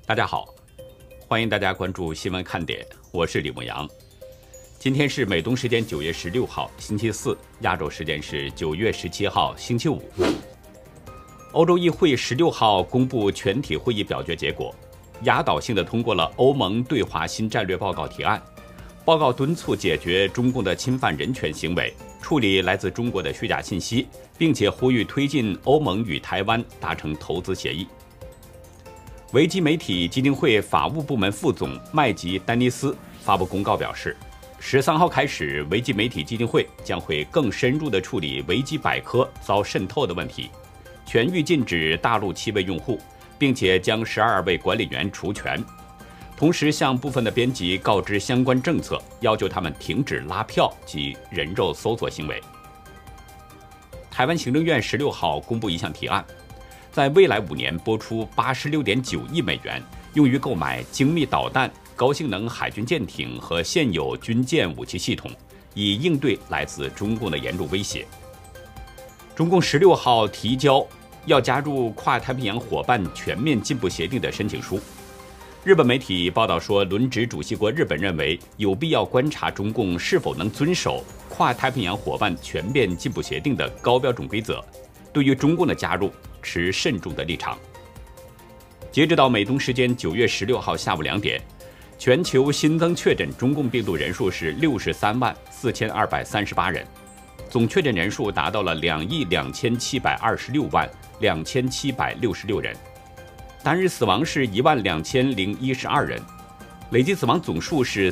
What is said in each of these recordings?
大家好，欢迎大家关注新闻看点，我是李牧阳。今天是美东时间9月16号，星期四；亚洲时间是9月17号，星期五。欧洲议会16号公布全体会议表决结果，压倒性地通过了欧盟对华新战略报告提案。报告敦促解决中共的侵犯人权行为，处理来自中国的虚假信息，并且呼吁推进欧盟与台湾达成投资协议。维基媒体基金会法务部门副总麦吉丹尼斯发布公告表示，13号开始，维基媒体基金会将会更深入地处理维基百科遭渗透的问题，全域禁止大陆7位用户，并且将12位管理员除权。同时向部分的编辑告知相关政策，要求他们停止拉票及人肉搜索行为。台湾行政院16号公布一项提案，在未来5年拨出86.9亿美元，用于购买精密导弹、高性能海军舰艇和现有军舰武器系统，以应对来自中共的严重威胁。中共16号提交要加入跨太平洋伙伴全面进步协定的申请书。日本媒体报道说，轮值主席国日本认为有必要观察中共是否能遵守跨太平洋伙伴全面进步协定的高标准规则，对于中共的加入持慎重的立场。截止到美东时间9月16号下午2点，全球新增确诊中共病毒人数是634238人，总确诊人数达到了227262766人，单日死亡是12012人，累计死亡总数是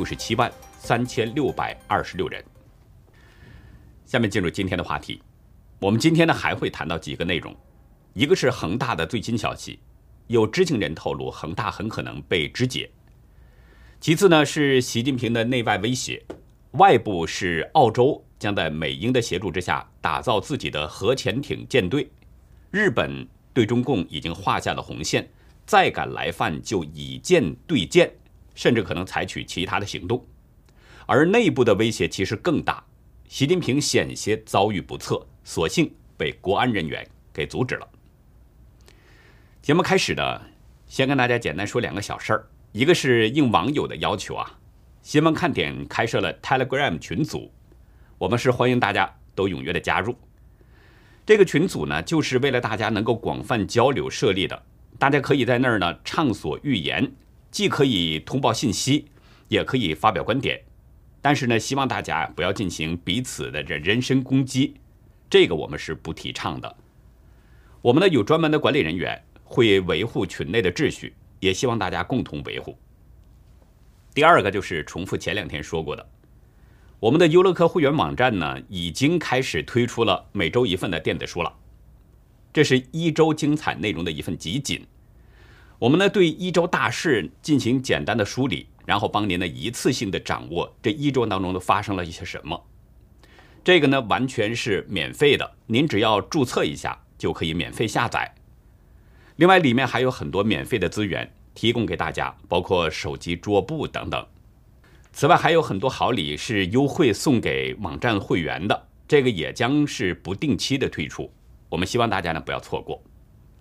4673626人。下面进入今天的话题，我们今天呢还会谈到几个内容，一个是恒大的最新消息，有知情人透露恒大很可能被肢解。其次呢是习近平的内外威胁，外部是澳洲将在美英的协助之下打造自己的核潜艇舰队，日本对中共已经画下了红线，再敢来犯就以舰对舰，甚至可能采取其他的行动。而内部的威胁其实更大，习近平险些遭遇不测，所幸被国安人员给阻止了。节目开始呢，先跟大家简单说2个小事儿。一个是应网友的要求新闻看点开设了 Telegram 群组，我们是欢迎大家都踊跃的加入。这个群组呢，就是为了大家能够广泛交流设立的，大家可以在那儿呢畅所欲言，既可以通报信息，也可以发表观点。但是呢，希望大家不要进行彼此的人身攻击，这个我们是不提倡的。我们呢有专门的管理人员会维护群内的秩序，也希望大家共同维护。第二个就是重复前2天说过的，我们的优乐客会员网站呢已经开始推出了每周1份的电子书了，这是1周精彩内容的一份集锦。我们呢对1周大事进行简单的梳理，然后帮您呢一次性的掌握这1周当中都发生了一些什么。这个呢完全是免费的，您只要注册一下就可以免费下载。另外里面还有很多免费的资源提供给大家，包括手机桌布等等。此外还有很多好礼是优惠送给网站会员的，这个也将是不定期的推出，我们希望大家呢不要错过。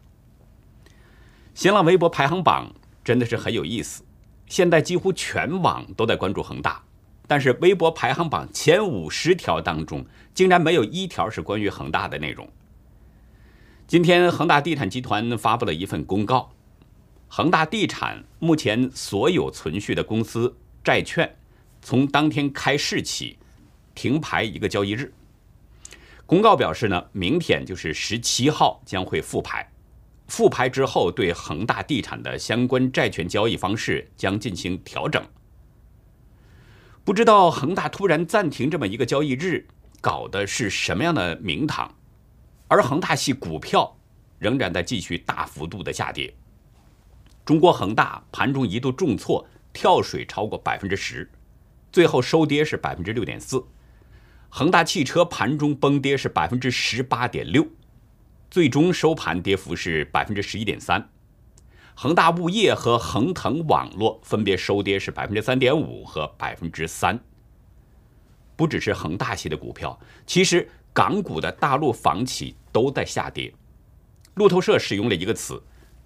新浪微博排行榜真的是很有意思，现在几乎全网都在关注恒大，但是微博排行榜前50条当中竟然没有1条是关于恒大的内容。今天恒大地产集团发布了一份公告，恒大地产目前所有存续的公司债券从当天开市起停牌1个交易日。公告表示呢，明天就是17号将会复牌，复牌之后对恒大地产的相关债权交易方式将进行调整。不知道恒大突然暂停这么1个交易日搞的是什么样的名堂，而恒大系股票仍然在继续大幅度的下跌。中国恒大盘中一度重挫，跳水超过10%，最后收跌是6.4%。恒大汽车盘中崩跌是18.6%，最终收盘跌幅是11.3%。恒大物业和恒腾网络分别收跌是3.5%和3%。不只是恒大系的股票，其实港股的大陆房企都在下跌。路透社使用了一个词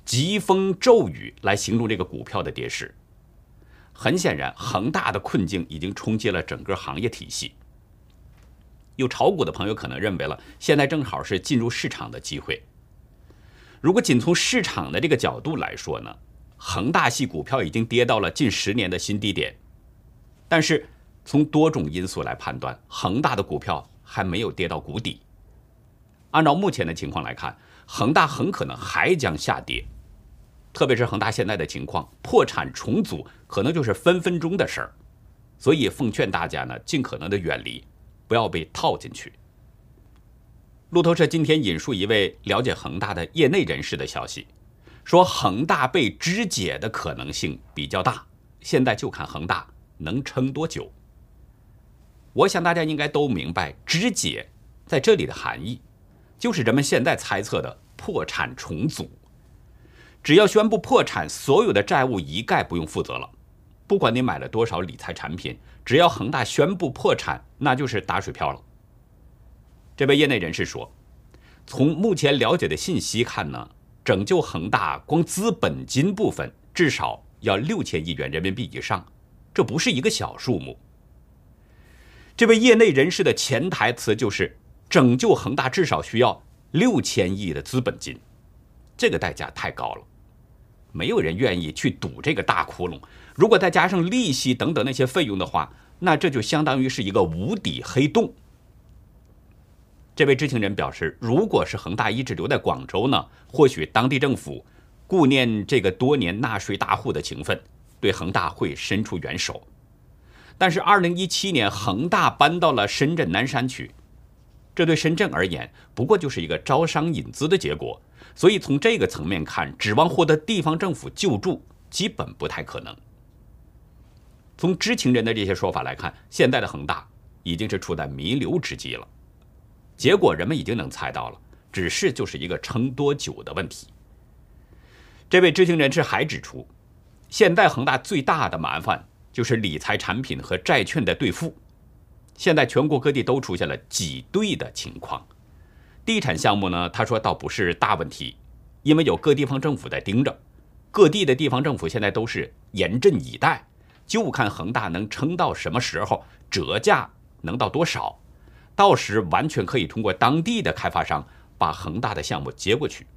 疾风骤雨来形容这个股票的跌势。很显然，恒大的困境已经冲击了整个行业体系。有炒股的朋友可能认为了，现在正好是进入市场的机会。如果仅从市场的这个角度来说呢，恒大系股票已经跌到了近10年的新低点。但是从多种因素来判断，恒大的股票还没有跌到谷底。按照目前的情况来看，恒大很可能还将下跌。特别是恒大现在的情况，破产重组可能就是分分钟的事儿。所以奉劝大家呢，尽可能的远离，不要被套进去。路透社今天引述一位了解恒大的业内人士的消息，说恒大被肢解的可能性比较大，现在就看恒大能撑多久。我想大家应该都明白，肢解在这里的含义，就是人们现在猜测的破产重组。只要宣布破产，所有的债务一概不用负责了。不管你买了多少理财产品，只要恒大宣布破产，那就是打水漂了。这位业内人士说，从目前了解的信息看呢，拯救恒大光资本金部分至少要6000亿元人民币以上，这不是一个小数目。这位业内人士的潜台词就是，拯救恒大至少需要6000亿的资本金，这个代价太高了，没有人愿意去赌这个大窟窿。如果再加上利息等等那些费用的话，那这就相当于是一个无底黑洞。这位知情人表示，如果是恒大一直留在广州呢，或许当地政府顾念这个多年纳税大户的情分，对恒大会伸出援手。但是2017年恒大搬到了深圳南山区，这对深圳而言不过就是一个招商引资的结果，所以从这个层面看，指望获得地方政府救助基本不太可能。从知情人的这些说法来看，现在的恒大已经是处在弥留之际了。结果人们已经能猜到了，只是就是一个撑多久的问题。这位知情人士还指出，现在恒大最大的麻烦就是理财产品和债券的兑付。现在全国各地都出现了挤兑的情况。地产项目呢，他说倒不是大问题，因为有各地方政府在盯着，各地的地方政府现在都是严阵以待，就看恒大能撑到什么时候，折价能到多少，到时完全可以通过当地的开发商把恒大的项目接过去。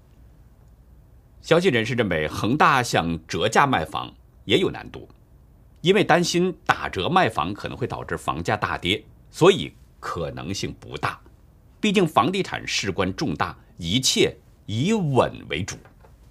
消息人士认为，恒大想折价卖房也有难度，因为担心打折卖房可能会导致房价大跌，所以可能性不大。毕竟房地产事关重大，一切以稳为主。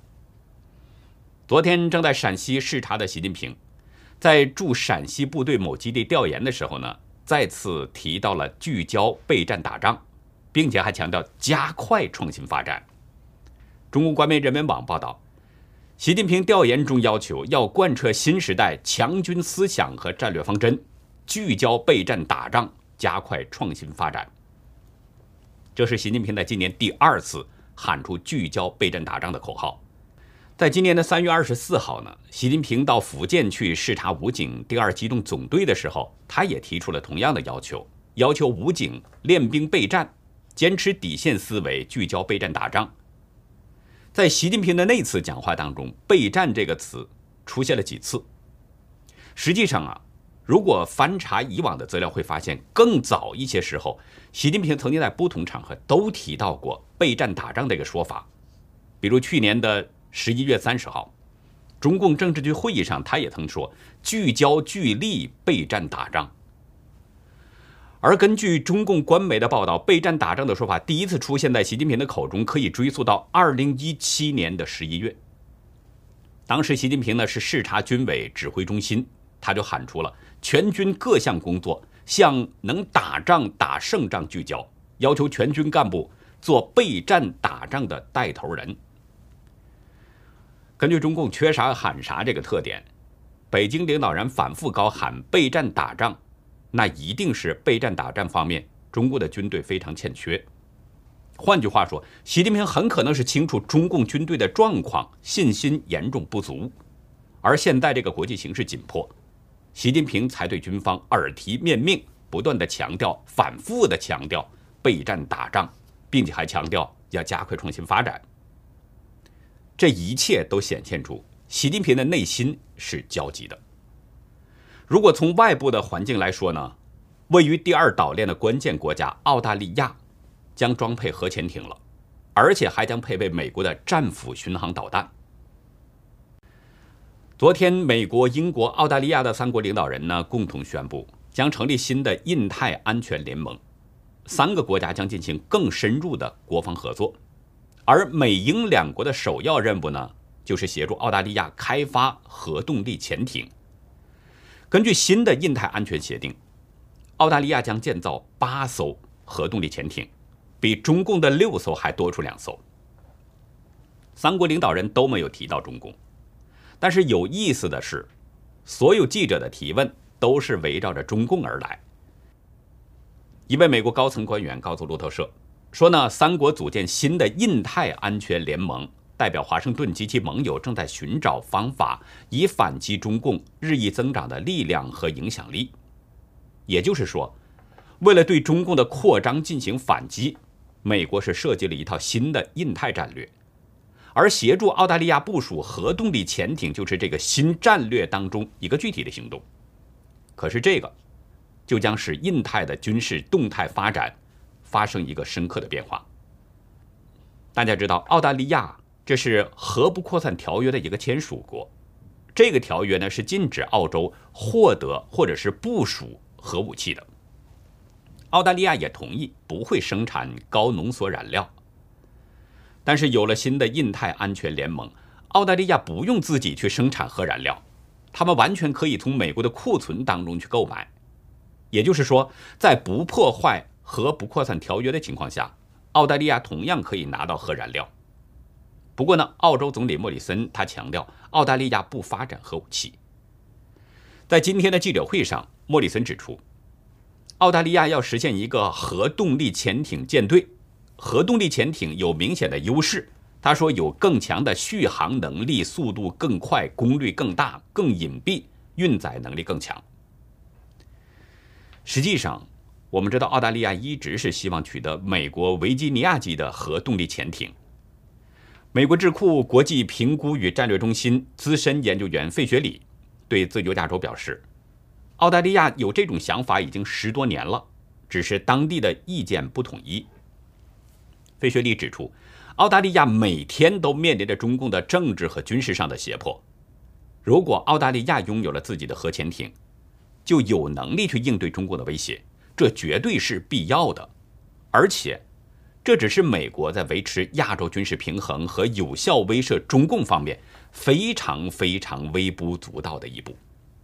昨天正在陕西视察的习近平，在驻陕西部队某基地调研的时候呢，再次提到了聚焦备战打仗，并且还强调加快创新发展。中共官媒人民网报道，习近平调研中要求要贯彻新时代强军思想和战略方针，聚焦备战打仗，加快创新发展。这是习近平在今年第2次喊出聚焦备战打仗的口号。在今年的3月24号呢，习近平到福建去视察武警第2机动总队的时候，他也提出了同样的要求，要求武警练兵备战，坚持底线思维，聚焦备战打仗。在习近平的那次讲话当中，备战这个词出现了几次。实际上啊，如果翻查以往的资料，会发现更早一些时候，习近平曾经在不同场合都提到过备战打仗这个说法。比如去年的11月30号，中共政治局会议上，他也曾说聚焦聚力备战打仗。而根据中共官媒的报道，备战打仗的说法第一次出现在习近平的口中，可以追溯到2017年的11月。当时习近平呢是视察军委指挥中心，他就喊出了全军各项工作向能打仗打胜仗聚焦，要求全军干部做备战打仗的带头人。根据中共缺啥喊啥这个特点，北京领导人反复高喊备战打仗，那一定是备战打仗方面中国的军队非常欠缺。换句话说，习近平很可能是清楚中共军队的状况，信心严重不足。而现在这个国际形势紧迫，习近平才对军方耳提面命，不断的强调，反复的强调备战打仗，并且还强调要加快创新发展。 这一切都显现出习近平的内心是焦急的。如果从外部的环境来说呢，位于第二岛链的关键国家澳大利亚将装配核潜艇了，而且还将配备美国的战斧巡航导弹。昨天，美国、英国、澳大利亚的3国领导人呢共同宣布，将成立新的印太安全联盟，3个国家将进行更深入的国防合作。而美英2国的首要任务呢，就是协助澳大利亚开发核动力潜艇。根据新的印太安全协定，澳大利亚将建造8艘核动力潜艇，比中共的6艘还多出2艘。3国领导人都没有提到中共。但是有意思的是，所有记者的提问都是围绕着中共而来。一位美国高层官员告诉路透社说呢，3国组建新的印太安全联盟，代表华盛顿及其盟友正在寻找方法，以反击中共日益增长的力量和影响力。也就是说，为了对中共的扩张进行反击，美国是设计了一套新的印太战略。而协助澳大利亚部署核动力潜艇就是这个新战略当中一个具体的行动。可是这个就将使印太的军事动态发展发生一个深刻的变化。大家知道，澳大利亚这是核不扩散条约的一个签署国，这个条约呢是禁止澳洲获得或者是部署核武器的。澳大利亚也同意不会生产高浓缩燃料。但是有了新的印太安全联盟，澳大利亚不用自己去生产核燃料，他们完全可以从美国的库存当中去购买。也就是说，在不破坏核不扩散条约的情况下，澳大利亚同样可以拿到核燃料。不过呢，澳洲总理莫里森他强调，澳大利亚不发展核武器。在今天的记者会上，莫里森指出，澳大利亚要实现一个核动力潜艇舰队。核动力潜艇有明显的优势，他说有更强的续航能力，速度更快，功率更大，更隐蔽，运载能力更强。实际上，我们知道澳大利亚一直是希望取得美国维吉尼亚级的核动力潜艇。美国智库国际评估与战略中心资深研究员费雪里对自由亚洲表示，澳大利亚有这种想法已经10多年了，只是当地的意见不统一。费雪里指出，澳大利亚每天都面临着中共的政治和军事上的胁迫。如果澳大利亚拥有了自己的核潜艇，就有能力去应对中共的威胁，这绝对是必要的。而且，这只是美国在维持亚洲军事平衡和有效威慑中共方面非常微不足道的一步。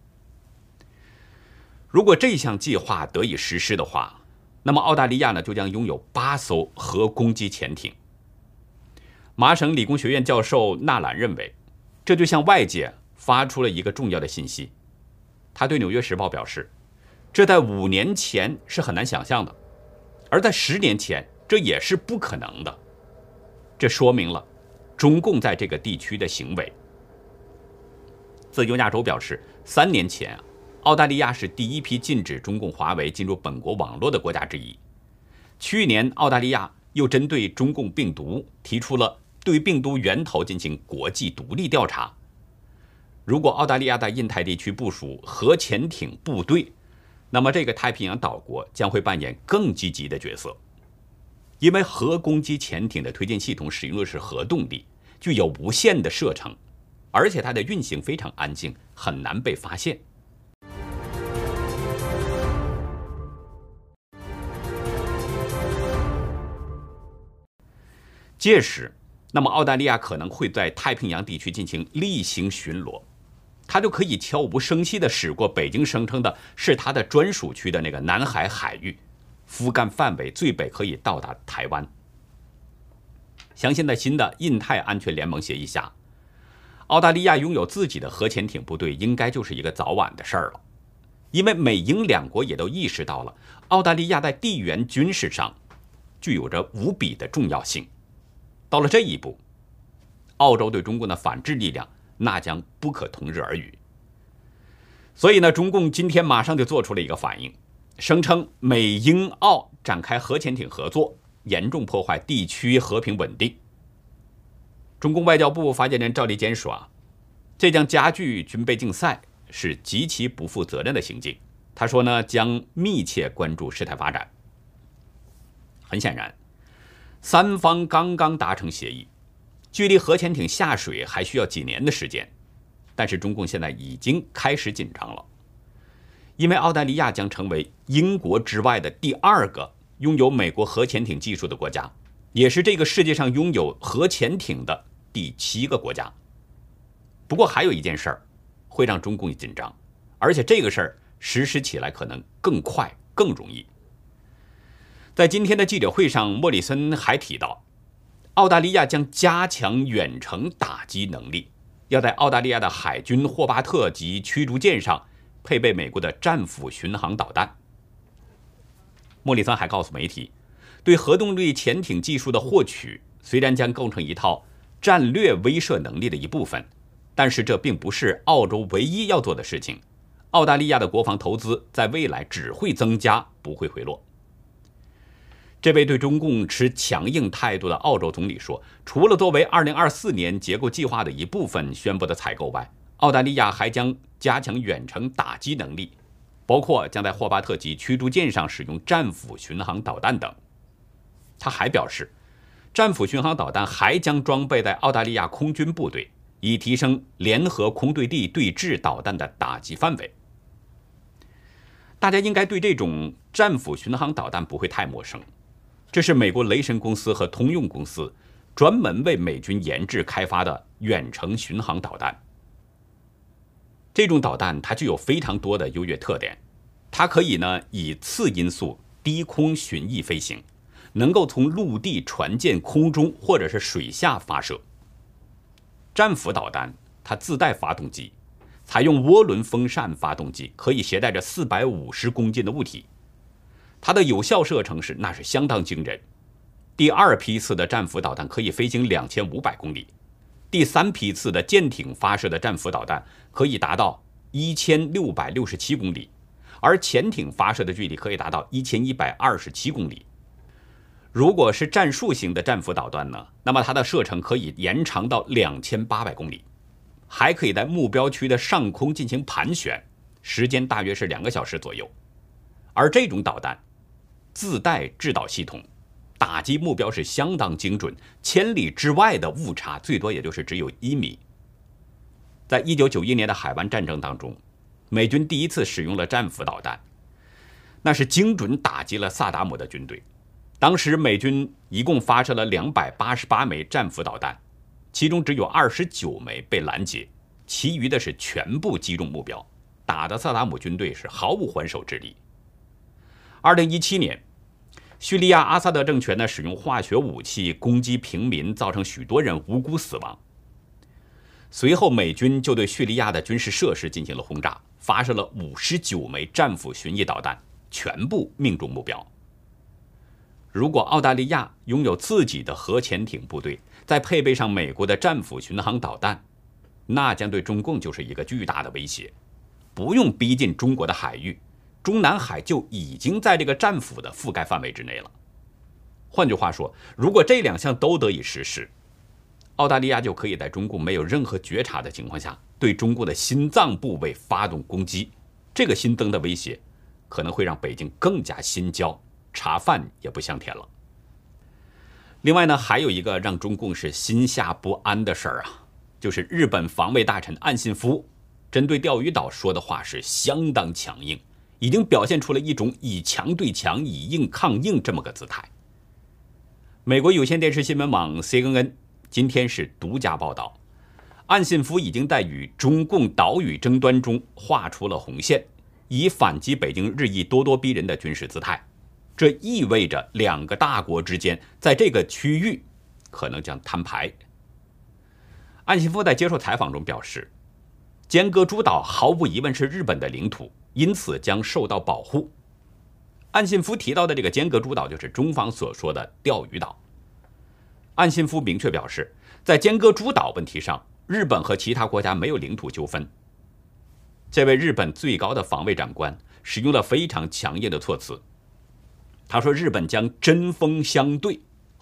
如果这项计划得以实施的话，那么澳大利亚呢就将拥有8艘核攻击潜艇。麻省理工学院教授纳兰认为，这就向外界发出了一个重要的信息。他对《纽约时报》表示，这在5年前是很难想象的，而在10年前这也是不可能的。这说明了中共在这个地区的行为。自由亚洲表示，3年前澳大利亚是第一批禁止中共华为进入本国网络的国家之一。去年，澳大利亚又针对中共病毒提出了对病毒源头进行国际独立调查。如果澳大利亚在印太地区部署核潜艇部队，那么这个太平洋岛国将会扮演更积极的角色。因为核攻击潜艇的推进系统使用的是核动力，具有无限的射程，而且它的运行非常安静，很难被发现。届时，那么澳大利亚可能会在太平洋地区进行例行巡逻，它就可以悄无声息地驶过北京声称的是它的专属区的那个南海海域，覆盖范围最北可以到达台湾。相信在新的印太安全联盟协议下，澳大利亚拥有自己的核潜艇部队应该就是一个早晚的事儿了。因为美英2国也都意识到了澳大利亚在地缘军事上具有着无比的重要性。到了这一步，澳洲对中共的反制力量那将不可同日而语。所以呢，中共今天马上就做出了一个反应，声称美英澳展开核潜艇合作，严重破坏地区和平稳定。 中共外交部发言人赵立坚说这将加剧军备竞赛，是极其不负责任的行径。他说呢，将密切关注事态发展。很显然，三方刚刚达成协议，距离核潜艇下水还需要几年的时间，但是中共现在已经开始紧张了，因为澳大利亚将成为英国之外的第2个拥有美国核潜艇技术的国家，也是这个世界上拥有核潜艇的第7个国家。不过还有一件事儿会让中共紧张，而且这个事儿实施起来可能更快更容易。在今天的记者会上，莫里森还提到，澳大利亚将加强远程打击能力，要在澳大利亚的海军霍巴特级驱逐舰上配备美国的战斧巡航导弹。莫里森还告诉媒体，对核动力潜艇技术的获取虽然将构成一套战略威慑能力的一部分，但是这并不是澳洲唯一要做的事情。澳大利亚的国防投资在未来只会增加，不会回落。这位对中共持强硬态度的澳洲总理说，除了作为2024年结构计划的一部分宣布的采购外，澳大利亚还将加强远程打击能力，包括将在霍巴特级驱逐舰上使用战斧巡航导弹等。他还表示，战斧巡航导弹还将装备在澳大利亚空军部队，以提升联合空对地对峙导弹的打击范围。大家应该对这种战斧巡航导弹不会太陌生，这是美国雷神公司和通用公司专门为美军研制开发的远程巡航导弹。这种导弹它具有非常多的优越特点，它可以以次音速低空巡弋飞行，能够从陆地、船舰、空中或者是水下发射。战斧导弹它自带发动机，采用涡轮风扇发动机，可以携带着450公斤的物体。它的有效射程那是相当惊人。第2批次的战斧导弹可以飞行2500公里，第3批次的舰艇发射的战斧导弹可以达到1667公里，而潜艇发射的距离可以达到1127公里。如果是战术型的战斧导弹呢，那么它的射程可以延长到2800公里，还可以在目标区的上空进行盘旋，时间大约是2个小时左右。而这种导弹自带制导系统，打击目标是相当精准，千里之外的误差最多也就是只有1米。在1991年的海湾战争当中，美军第一次使用了战斧导弹，那是精准打击了萨达姆的军队。当时美军一共发射了288枚战斧导弹，其中只有29枚被拦截，其余的是全部击中目标，打得萨达姆军队是毫无还手之力。2017年，叙利亚阿萨德政权使用化学武器攻击平民，造成许多人无辜死亡。随后美军就对叙利亚的军事设施进行了轰炸，发射了59枚战斧巡弋导弹，全部命中目标。如果澳大利亚拥有自己的核潜艇部队，再配备上美国的战斧巡航导弹，那将对中共就是一个巨大的威胁。不用逼近中国的海域，中南海就已经在这个战斧的覆盖范围之内了。换句话说，如果这2项都得以实施，澳大利亚就可以在中共没有任何觉察的情况下，对中共的心脏部位发动攻击。这个新增的威胁可能会让北京更加心焦，茶饭也不香甜了。另外呢，还有一个让中共是心下不安的事儿就是日本防卫大臣岸信夫针对钓鱼岛说的话是相当强硬，已经表现出了一种以强对强、以硬抗硬这么个姿态。美国有线电视新闻网 CNN 今天是独家报道，岸信夫已经在与中共岛屿争端中画出了红线，以反击北京日益咄咄逼人的军事姿态。这意味着2个大国之间在这个区域可能将摊牌。岸信夫在接受采访中表示，尖阁诸岛毫无疑问是日本的领土，因此将受到保护。岸信夫提到的这个尖阁诸岛就是中方所说的钓鱼岛。岸信夫明确表示，在尖阁诸岛问题上，日本和其他国家没有领土纠纷。这位日本最高的防卫长官使用了非常强硬的措辞，他说日本将针锋相对，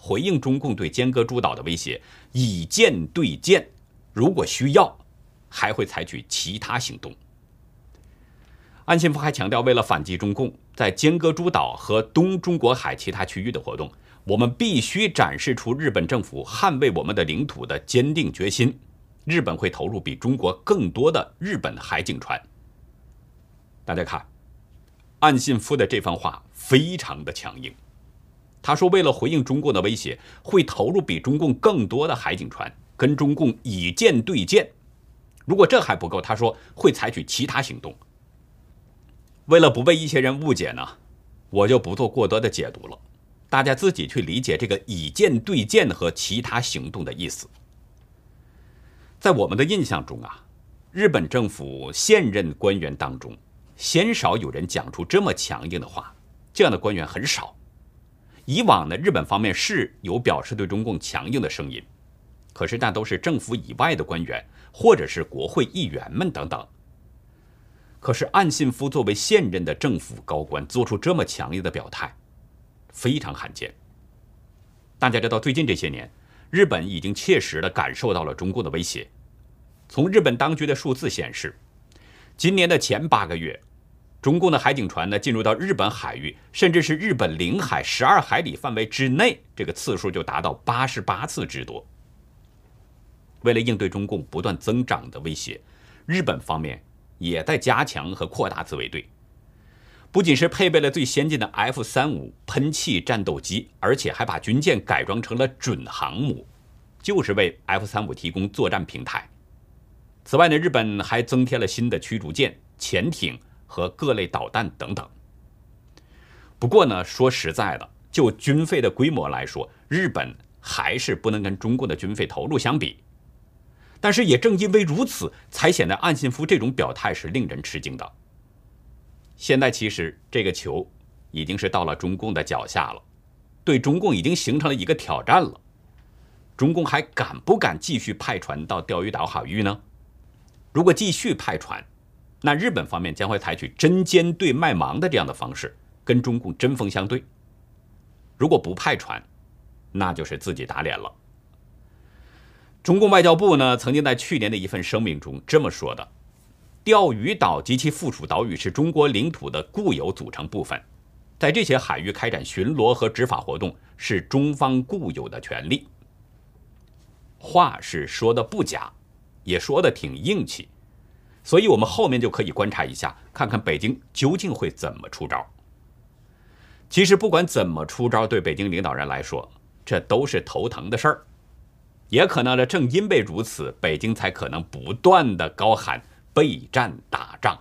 回应中共对尖阁诸岛的威胁，以舰对舰，如果需要，还会采取其他行动。岸信夫还强调，为了反击中共在尖阁诸岛和东中国海其他区域的活动，我们必须展示出日本政府捍卫我们的领土的坚定决心。日本会投入比中国更多的日本海警船。大家看，岸信夫的这番话非常的强硬。他说，为了回应中共的威胁，会投入比中共更多的海警船，跟中共以舰对舰。如果这还不够，他说会采取其他行动。为了不被一些人误解呢，我就不做过多的解读了，大家自己去理解这个以舰对舰和其他行动的意思。在我们的印象中啊，日本政府现任官员当中，鲜少有人讲出这么强硬的话，这样的官员很少。以往呢，日本方面是有表示对中共强硬的声音，可是那都是政府以外的官员，或者是国会议员们等等。可是岸信夫作为现任的政府高官，做出这么强硬的表态，非常罕见。大家知道，最近这些年，日本已经切实地感受到了中共的威胁。从日本当局的数字显示，今年的前8个月，中共的海警船呢进入到日本海域，甚至是日本领海12海里范围之内，这个次数就达到88次之多。为了应对中共不断增长的威胁，日本方面也在加强和扩大自卫队，不仅是配备了最先进的 F-35喷气战斗机，而且还把军舰改装成了准航母，就是为 F-35提供作战平台。此外呢，日本还增添了新的驱逐舰、潜艇和各类导弹等等。不过呢，说实在的，就军费的规模来说，日本还是不能跟中国的军费投入相比。但是也正因为如此，才显得岸信夫这种表态是令人吃惊的。现在其实这个球已经是到了中共的脚下了，对中共已经形成了一个挑战了。中共还敢不敢继续派船到钓鱼岛海域呢？如果继续派船，那日本方面将会采取针尖对麦芒的这样的方式，跟中共针锋相对。如果不派船，那就是自己打脸了。中共外交部呢，曾经在去年的一份声明中这么说的：钓鱼岛及其附属岛屿是中国领土的固有组成部分，在这些海域开展巡逻和执法活动是中方固有的权利。话是说的不假，也说的挺硬气，所以我们后面就可以观察一下，看看北京究竟会怎么出招。其实不管怎么出招，对北京领导人来说，这都是头疼的事儿。也可能呢，正因为如此，北京才可能不断的高喊备战打仗。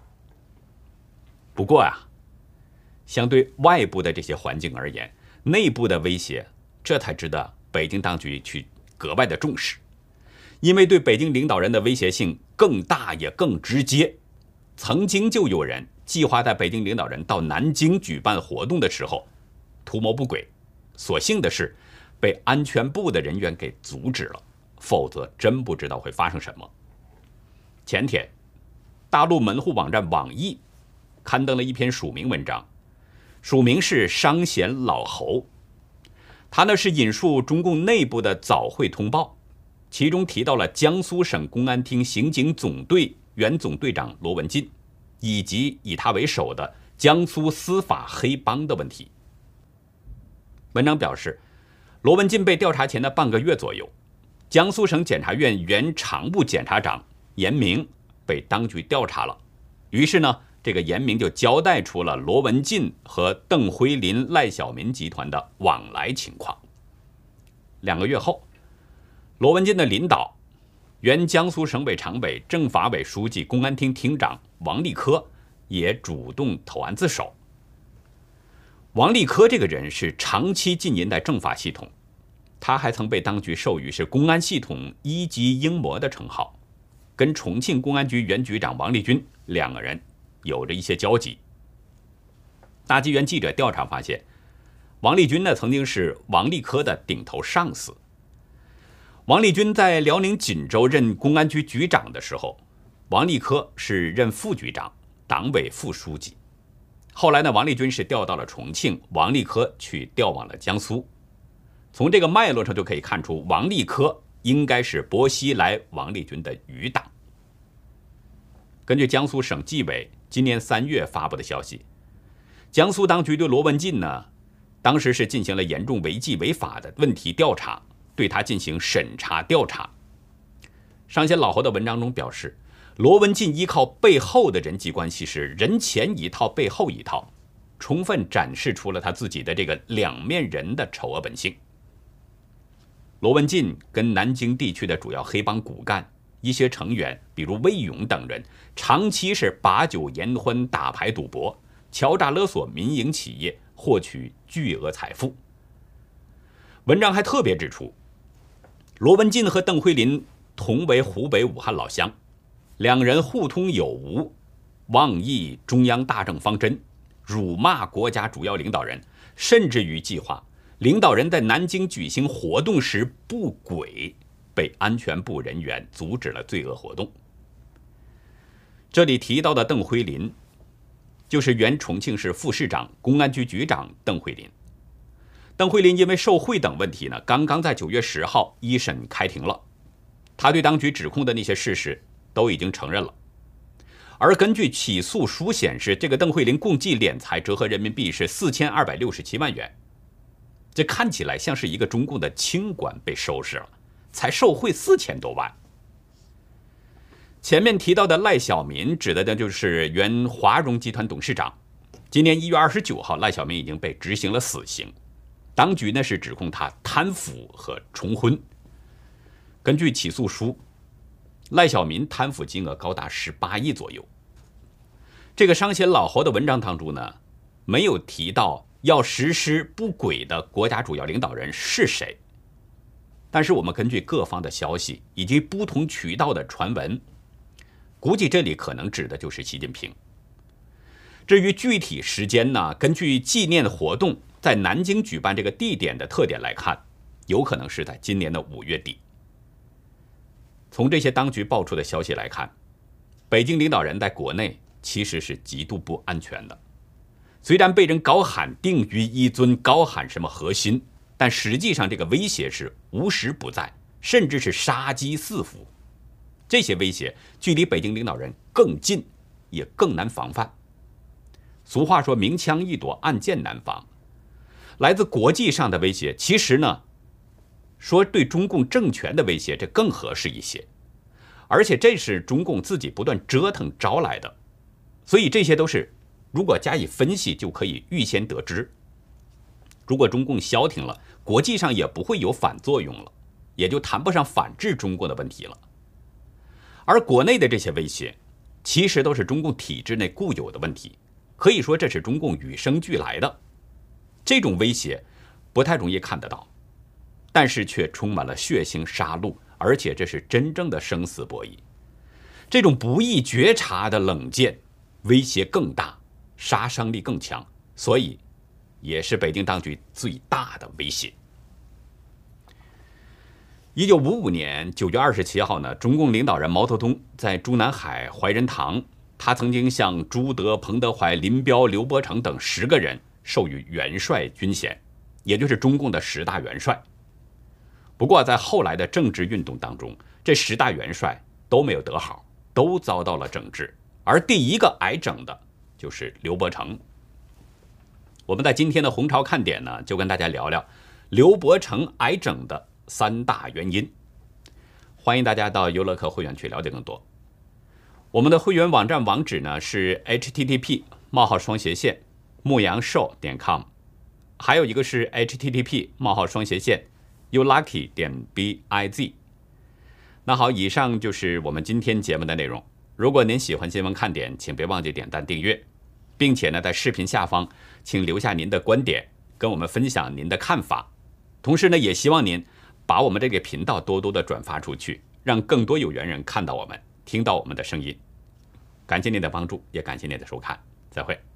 不过啊，相对外部的这些环境而言，内部的威胁，这才值得北京当局去格外的重视。因为对北京领导人的威胁性更大也更直接。曾经就有人计划在北京领导人到南京举办活动的时候图谋不轨，所幸的是被安全部的人员给阻止了，否则真不知道会发生什么。前天，大陆门户网站网易刊登了一篇署名文章，署名是商贤老侯，他呢是引述中共内部的早会通报，其中提到了江苏省公安厅刑警总队原总队长罗文进，以及以他为首的江苏司法黑帮的问题。文章表示，罗文进被调查前的半个月左右，江苏省检察院原常务检察长严明被当局调查了。于是呢，这个严明就交代出了罗文进和邓辉林、赖小民集团的往来情况。2个月后，罗文进的领导原江苏省委常委、政法委书记、公安厅厅长王立科也主动投案自首。王立科这个人是长期浸淫在政法系统，他还曾被当局授予是公安系统1级英模的称号，跟重庆公安局原局长王立军2个人有着一些交集。大纪元记者调查发现，王立军呢曾经是王立科的顶头上司。王立军在辽宁锦州任公安局局长的时候，王立科是任副局长、党委副书记。后来呢，王立军是调到了重庆，王立科去调往了江苏。 从这个脉络上就可以看出，王立科应该是薄熙来、王立军的余党。根据江苏省纪委今年3月发布的消息，江苏当局对罗文进呢，当时是进行了严重违纪违法的问题调查，对他进行审查调查。上仙老侯的文章中表示，罗文进依靠背后的人际关系是人前一套背后一套，充分展示出了他自己的这个两面人的丑恶本性。罗文进跟南京地区的主要黑帮骨干一些成员，比如魏勇等人，长期是把酒言欢、打牌赌博，敲诈勒索民营企业，获取巨额财富。文章还特别指出，罗文进和邓慧林同为湖北武汉老乡，两人互通有无，妄议中央大政方针，辱骂国家主要领导人，甚至于计划领导人在南京举行活动时不轨，被安全部人员阻止了罪恶活动。这里提到的邓慧林，就是原重庆市副市长、公安局局长邓慧林。邓慧林因为受贿等问题呢，刚刚在9月10号一审开庭了，他对当局指控的那些事实都已经承认了。而根据起诉书显示，这个邓慧林共计敛财折合人民币是4267万元，这看起来像是一个中共的清官被收拾了，才受贿4000多万。前面提到的赖小民指的就是原华融集团董事长。今年1月29号，赖小民已经被执行了死刑，当局呢是指控他贪腐和重婚。根据起诉书，赖小民贪腐金额高达18亿左右。这个伤贤老侯的文章当中呢，没有提到要实施不轨的国家主要领导人是谁，但是我们根据各方的消息以及不同渠道的传闻，估计这里可能指的就是习近平。至于具体时间呢，根据纪念活动在南京举办这个地点的特点来看，有可能是在今年的5月底。从这些当局爆出的消息来看，北京领导人在国内其实是极度不安全的。虽然被人高喊定于一尊，高喊什么核心，但实际上这个威胁是无时不在，甚至是杀机四伏。这些威胁距离北京领导人更近，也更难防范。俗话说明枪易躲，暗箭难防。来自国际上的威胁，其实呢，说对中共政权的威胁，这更合适一些。而且这是中共自己不断折腾招来的，所以这些都是如果加以分析就可以预先得知。如果中共消停了，国际上也不会有反作用了，也就谈不上反制中共的问题了。而国内的这些威胁，其实都是中共体制内固有的问题，可以说这是中共与生俱来的。这种威胁不太容易看得到，但是却充满了血腥杀戮，而且这是真正的生死博弈。这种不易觉察的冷箭，威胁更大，杀伤力更强，所以也是北京当局最大的威胁。1955年9月27号呢，中共领导人毛泽东在中南海怀仁堂，他曾经向朱德、彭德怀、林彪、刘伯承等10个人授予元帅军衔，也就是中共的10大元帅。不过在后来的政治运动当中，这10大元帅都没有得好，都遭到了整治，而第一个挨整的就是刘伯承。我们在今天的红潮看点呢，就跟大家聊聊刘伯承挨整的3大原因。欢迎大家到优乐客会员去了解更多。我们的会员网站网址呢是 http://牧羊兽.com， 还有一个是 http://youlucky.biz。 那好，以上就是我们今天节目的内容。如果您喜欢新闻看点，请别忘记点赞订阅，并且呢在视频下方请留下您的观点，跟我们分享您的看法。同时呢也希望您把我们这个频道多多的转发出去，让更多有缘人看到我们，听到我们的声音。感谢您的帮助，也感谢您的收看，再会。